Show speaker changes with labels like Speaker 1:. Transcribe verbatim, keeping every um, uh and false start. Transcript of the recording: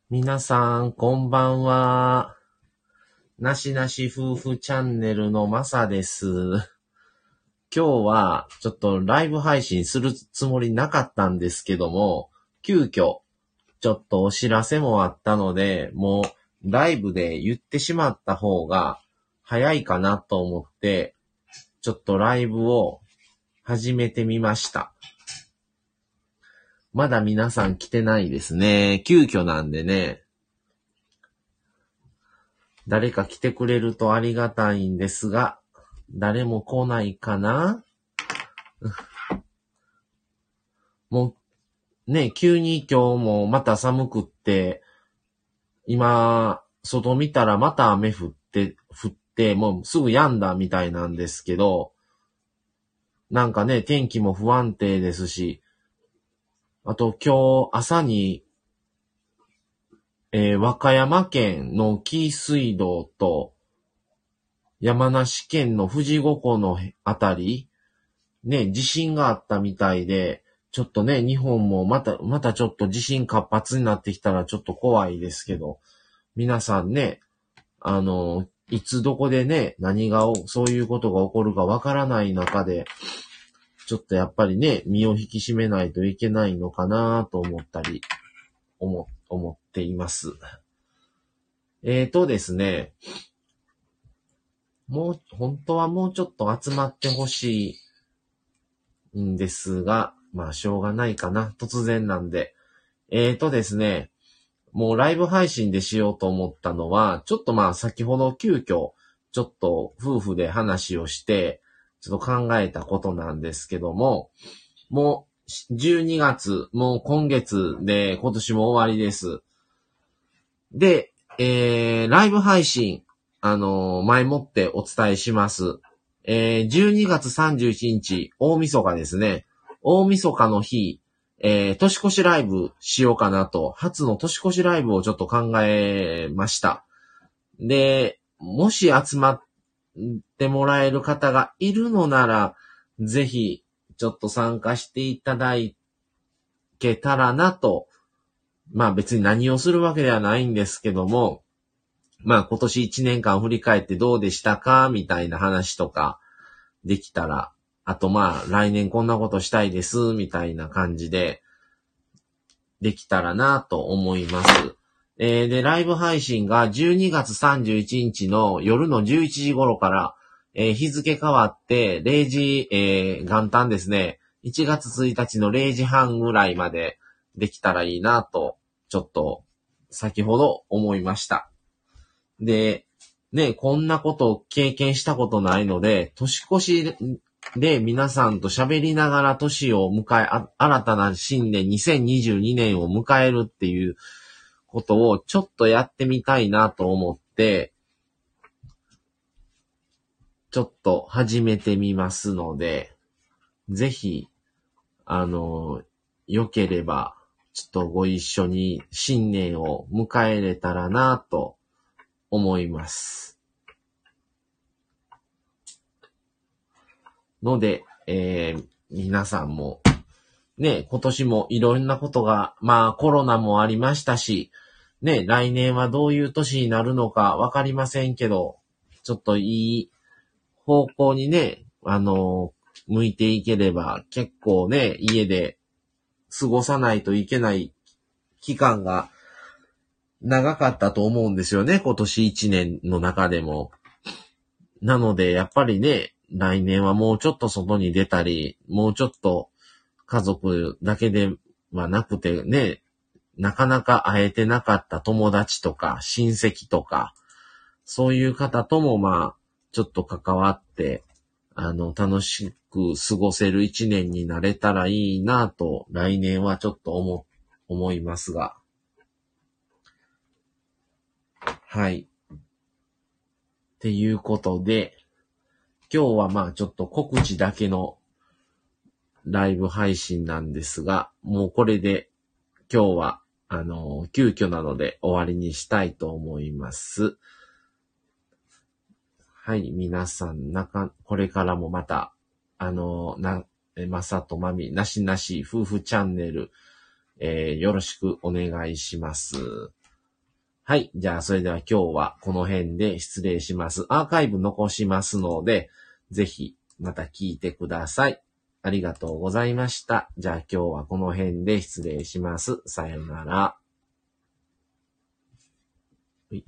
Speaker 1: 皆さん、こんばんは。なしなし夫婦チャンネルのまさです。今日は、ちょっとライブ配信するつもりなかったんですけども、急遽、ちょっとお知らせもあったので、もう、ライブで言ってしまった方が早いかなと思って、ちょっとライブを始めてみました。まだ皆さん来てないですね。急遽なんでね。誰か来てくれるとありがたいんですが、誰も来ないかな？もう、ね、急に今日もまた寒くって、今、外見たらまた雨降って、降って、もうすぐ止んだみたいなんですけど、なんかね、天気も不安定ですし、あと今日朝に、えー、和歌山県の紀伊水道と山梨県の富士五湖のあたり、ね、地震があったみたいで、ちょっとね、日本もまた、またちょっと地震活発になってきたらちょっと怖いですけど、皆さんね、あの、いつどこでね、何が、そういうことが起こるかわからない中で、ちょっとやっぱりね、身を引き締めないといけないのかなと思ったり、思、思っています。えーとですね、もう、本当はもうちょっと集まってほしいんですが、まあしょうがないかな。突然なんで。えーとですね、もうライブ配信でしようと思ったのは、ちょっとまあ先ほど急遽、ちょっと夫婦で話をして、ちょっと考えたことなんですけども、もうじゅうにがつ、もう今月で今年も終わりです。で、えー、ライブ配信、あのー、前もってお伝えします。えー、じゅうにがつさんじゅういちにち、大晦日ですね。大晦日の日、えー、年越しライブしようかなと、初の年越しライブをちょっと考えました。で、もし集まってもらえる方がいるのなら、ぜひ、ちょっと参加していただけたらなと、まあ別に何をするわけではないんですけども、まあ今年いちねんかん振り返ってどうでしたかみたいな話とかできたら、あとまあ来年こんなことしたいですみたいな感じでできたらなと思います。えー、で、ライブ配信がじゅうにがつさんじゅういちにちの夜のじゅういちじ頃から、えー、日付変わってれいじ、えー、元旦ですね、いちがつついたちのれいじはんぐらいまでできたらいいなと、ちょっと先ほど思いました。で、ね、こんなことを経験したことないので、年越しで皆さんと喋りながら年を迎え、新たな新年にせんにじゅうにねんを迎えるっていうことをちょっとやってみたいなと思って、ちょっと始めてみますので、ぜひ、あの、良ければ、ちょっとご一緒に新年を迎えれたらなと思います。ので、えー、皆さんも、ね、今年もいろんなことが、まあコロナもありましたし、ね、来年はどういう年になるのかわかりませんけど、ちょっといい方向にね、あの、向いていければ結構ね、家で過ごさないといけない期間が長かったと思うんですよね、今年いちねんの中でも。なので、やっぱりね、来年はもうちょっと外に出たり、もうちょっと家族だけではなくてね、なかなか会えてなかった友達とか親戚とか、そういう方ともまあ、ちょっと関わって、あの、楽しく過ごせる一年になれたらいいなと、来年はちょっと思、思いますが。はい。っていうことで、今日はまあちょっと告知だけのライブ配信なんですが、もうこれで今日はあの急遽なので終わりにしたいと思います。はい、皆さん中これからもまたあのなまさとまみなしなし夫婦チャンネル、えー、よろしくお願いします。 はい。じゃあ、それでは今日はこの辺で失礼します。アーカイブ残しますので、ぜひまた聞いてください。ありがとうございました。じゃあ今日はこの辺で失礼します。さよなら。